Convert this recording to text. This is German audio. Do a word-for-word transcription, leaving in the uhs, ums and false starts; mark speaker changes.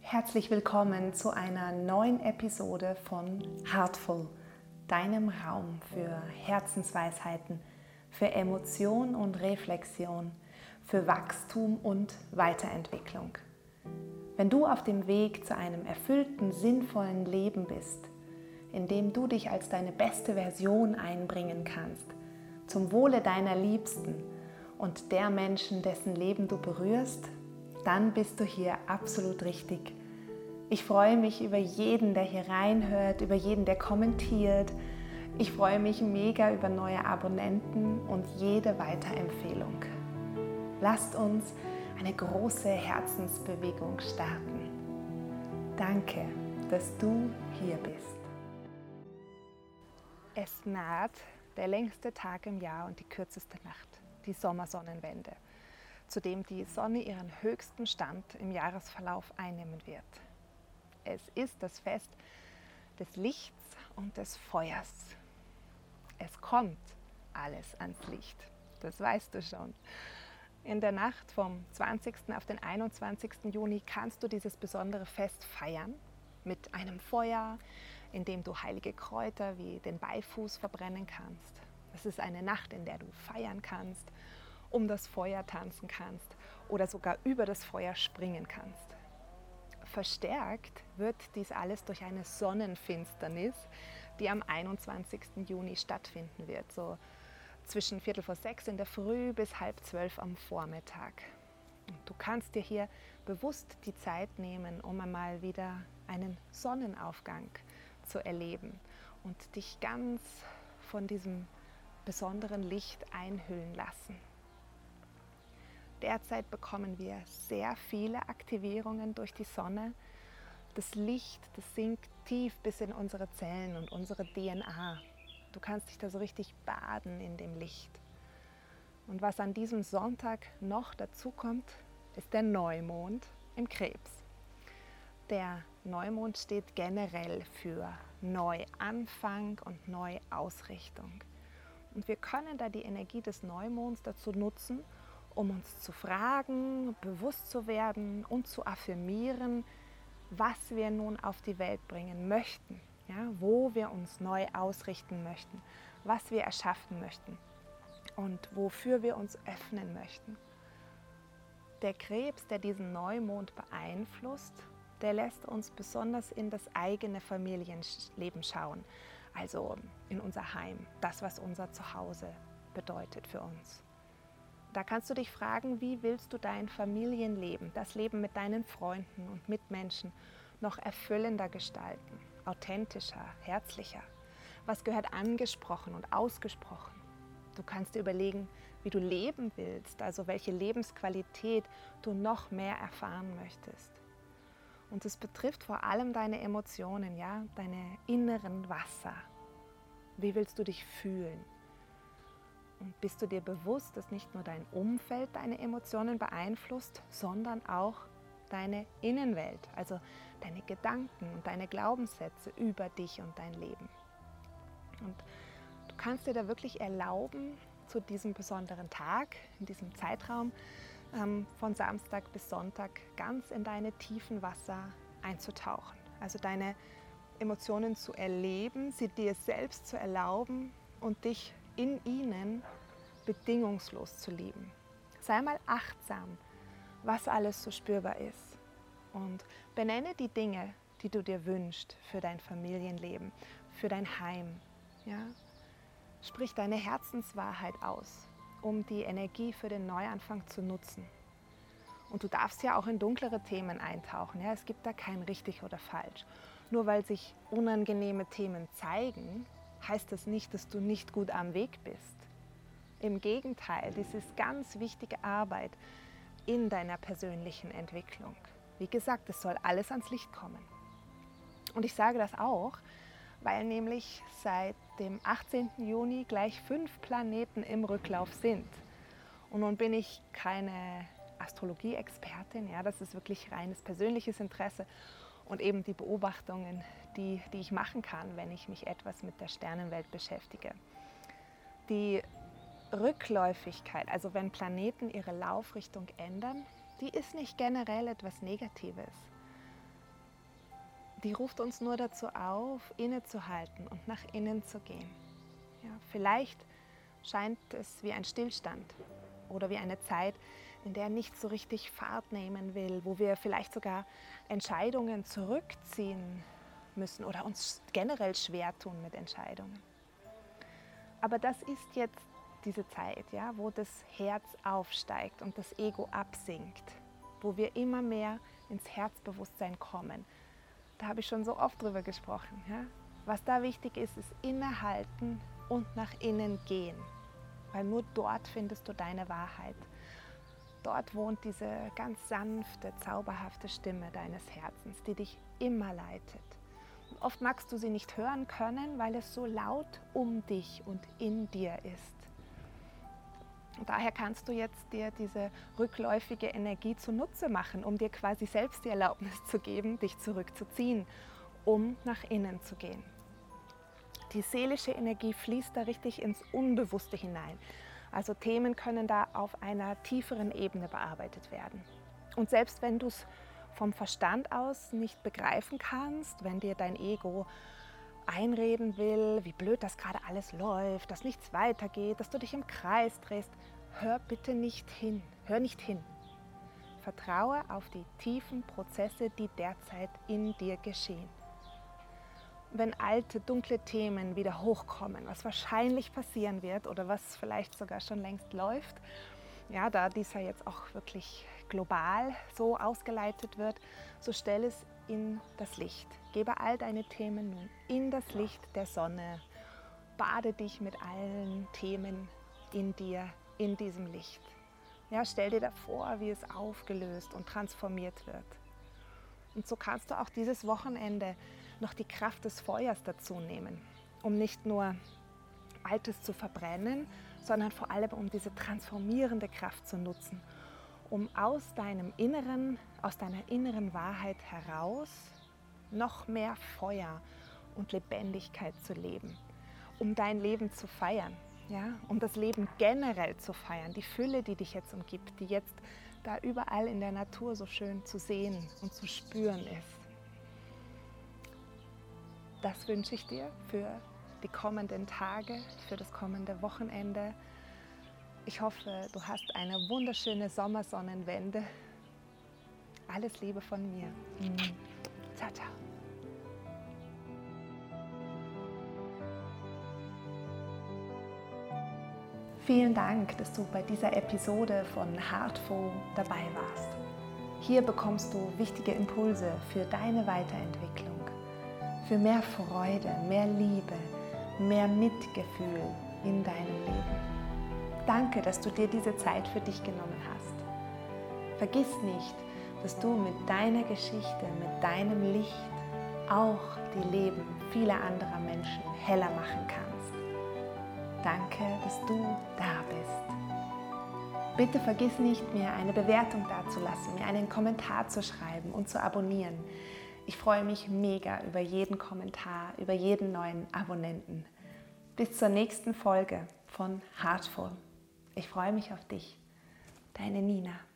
Speaker 1: Herzlich willkommen zu einer neuen Episode von Heartful, deinem Raum für Herzensweisheiten, für Emotion und Reflexion, für Wachstum und Weiterentwicklung. Wenn du auf dem Weg zu einem erfüllten, sinnvollen Leben bist, in dem du dich als deine beste Version einbringen kannst, zum Wohle deiner Liebsten und der Menschen, dessen Leben du berührst, dann bist du hier absolut richtig. Ich freue mich über jeden, der hier reinhört, über jeden, der kommentiert. Ich freue mich mega über neue Abonnenten und jede Weiterempfehlung. Lasst uns eine große Herzensbewegung starten. Danke, dass du hier bist. Es naht der längste Tag im Jahr und die kürzeste Nacht, die Sommersonnenwende, zu dem die Sonne ihren höchsten Stand im Jahresverlauf einnehmen wird. Es ist das Fest des Lichts und des Feuers. Es kommt alles ans Licht, das weißt du schon. In der Nacht vom zwanzigsten auf den einundzwanzigsten Juni kannst du dieses besondere Fest feiern mit einem Feuer, in dem du heilige Kräuter wie den Beifuß verbrennen kannst. Es ist eine Nacht, in der du feiern kannst, um das Feuer tanzen kannst oder sogar über das Feuer springen kannst. Verstärkt wird dies alles durch eine Sonnenfinsternis, die am einundzwanzigsten Juni stattfinden wird, so zwischen Viertel vor sechs in der Früh bis halb zwölf am Vormittag. Und du kannst dir hier bewusst die Zeit nehmen, um einmal wieder einen Sonnenaufgang zu erleben und dich ganz von diesem besonderen Licht einhüllen lassen. Derzeit bekommen wir sehr viele Aktivierungen durch die Sonne. Das Licht, das sinkt tief bis in unsere Zellen und unsere D N A. Du kannst dich da so richtig baden in dem Licht. Und was an diesem Sonntag noch dazu kommt, ist der Neumond im Krebs. Der Neumond steht generell für Neuanfang und Neuausrichtung. Und wir können da die Energie des Neumonds dazu nutzen, um uns zu fragen, bewusst zu werden und zu affirmieren, was wir nun auf die Welt bringen möchten, ja, wo wir uns neu ausrichten möchten, was wir erschaffen möchten und wofür wir uns öffnen möchten. Der Krebs, der diesen Neumond beeinflusst, der lässt uns besonders in das eigene Familienleben schauen, also in unser Heim, das, was unser Zuhause bedeutet für uns. Da kannst du dich fragen, wie willst du dein Familienleben, das Leben mit deinen Freunden und Mitmenschen noch erfüllender gestalten, authentischer, herzlicher? Was gehört angesprochen und ausgesprochen? Du kannst dir überlegen, wie du leben willst, also welche Lebensqualität du noch mehr erfahren möchtest. Und es betrifft vor allem deine Emotionen, ja, deine inneren Wasser. Wie willst du dich fühlen? Und bist du dir bewusst, dass nicht nur dein Umfeld deine Emotionen beeinflusst, sondern auch deine Innenwelt, also deine Gedanken und deine Glaubenssätze über dich und dein Leben. Und du kannst dir da wirklich erlauben, zu diesem besonderen Tag, in diesem Zeitraum ähm, von Samstag bis Sonntag ganz in deine tiefen Wasser einzutauchen. Also deine Emotionen zu erleben, sie dir selbst zu erlauben und dich in ihnen bedingungslos zu lieben. Sei mal achtsam, was alles so spürbar ist, und benenne die Dinge, die du dir wünschst für dein Familienleben, für dein Heim. Ja? Sprich deine Herzenswahrheit aus, um die Energie für den Neuanfang zu nutzen. Und du darfst ja auch in dunklere Themen eintauchen. Ja? Es gibt da kein richtig oder falsch. Nur weil sich unangenehme Themen zeigen, heißt das nicht, dass du nicht gut am Weg bist. Im Gegenteil, das ist ganz wichtige Arbeit in deiner persönlichen Entwicklung. Wie gesagt, es soll alles ans Licht kommen. Und ich sage das auch, weil nämlich seit dem achtzehnten Juni gleich fünf Planeten im Rücklauf sind. Und nun bin ich keine Astrologie-Expertin, ja, das ist wirklich reines persönliches Interesse und eben die Beobachtungen, die, die ich machen kann, wenn ich mich etwas mit der Sternenwelt beschäftige. Die Rückläufigkeit, also wenn Planeten ihre Laufrichtung ändern, die ist nicht generell etwas Negatives. die ruft uns nur dazu auf, innezuhalten und nach innen zu gehen. Ja, vielleicht scheint es wie ein Stillstand oder wie eine Zeit, in der nichts so richtig Fahrt nehmen will, wo wir vielleicht sogar Entscheidungen zurückziehen müssen oder uns generell schwer tun mit Entscheidungen. Aber das ist jetzt diese Zeit, ja, wo das Herz aufsteigt und das Ego absinkt, wo wir immer mehr ins Herzbewusstsein kommen. Da habe ich schon so oft drüber gesprochen. Ja? Was da wichtig ist, ist innehalten und nach innen gehen, weil nur dort findest du deine Wahrheit. Dort wohnt diese ganz sanfte, zauberhafte Stimme deines Herzens, die dich immer leitet. Und oft magst du sie nicht hören können, weil es so laut um dich und in dir ist. Und daher kannst du jetzt dir diese rückläufige Energie zunutze machen, um dir quasi selbst die Erlaubnis zu geben, dich zurückzuziehen, um nach innen zu gehen. Die seelische Energie fließt da richtig ins Unbewusste hinein. Also Themen können da auf einer tieferen Ebene bearbeitet werden. Und selbst wenn du es vom Verstand aus nicht begreifen kannst, wenn dir dein Ego einreden will, wie blöd das gerade alles läuft, dass nichts weitergeht, dass du dich im Kreis drehst, hör bitte nicht hin, hör nicht hin. Vertraue auf die tiefen Prozesse, die derzeit in dir geschehen. Wenn alte, dunkle Themen wieder hochkommen, was wahrscheinlich passieren wird oder was vielleicht sogar schon längst läuft, ja, da dieser jetzt auch wirklich global so ausgeleitet wird, so stell es in das Licht. Gebe all deine Themen nun in das Licht der Sonne. Bade dich mit allen Themen in dir, in diesem Licht. Ja, stell dir da vor, wie es aufgelöst und transformiert wird. Und so kannst du auch dieses Wochenende noch die Kraft des Feuers dazu nehmen, um nicht nur Altes zu verbrennen, sondern vor allem um diese transformierende Kraft zu nutzen, um aus deinem Inneren, aus deiner inneren Wahrheit heraus noch mehr Feuer und Lebendigkeit zu leben, um dein Leben zu feiern, ja, um das Leben generell zu feiern, die Fülle, die dich jetzt umgibt, die jetzt da überall in der Natur so schön zu sehen und zu spüren ist. Das wünsche ich dir für die kommenden Tage, für das kommende Wochenende. Ich hoffe, du hast eine wunderschöne Sommersonnenwende. Alles Liebe von mir. Ciao, ciao. Vielen Dank, dass du bei dieser Episode von Heartful dabei warst. Hier bekommst du wichtige Impulse für deine Weiterentwicklung, für mehr Freude, mehr Liebe, mehr Mitgefühl in deinem Leben. Danke, dass du dir diese Zeit für dich genommen hast. Vergiss nicht, dass du mit deiner Geschichte, mit deinem Licht auch die Leben vieler anderer Menschen heller machen kannst. Danke, dass du da bist. Bitte vergiss nicht, mir eine Bewertung dazulassen, mir einen Kommentar zu schreiben und zu abonnieren. Ich freue mich mega über jeden Kommentar, über jeden neuen Abonnenten. Bis zur nächsten Folge von Heartful. Ich freue mich auf dich. Deine Nina.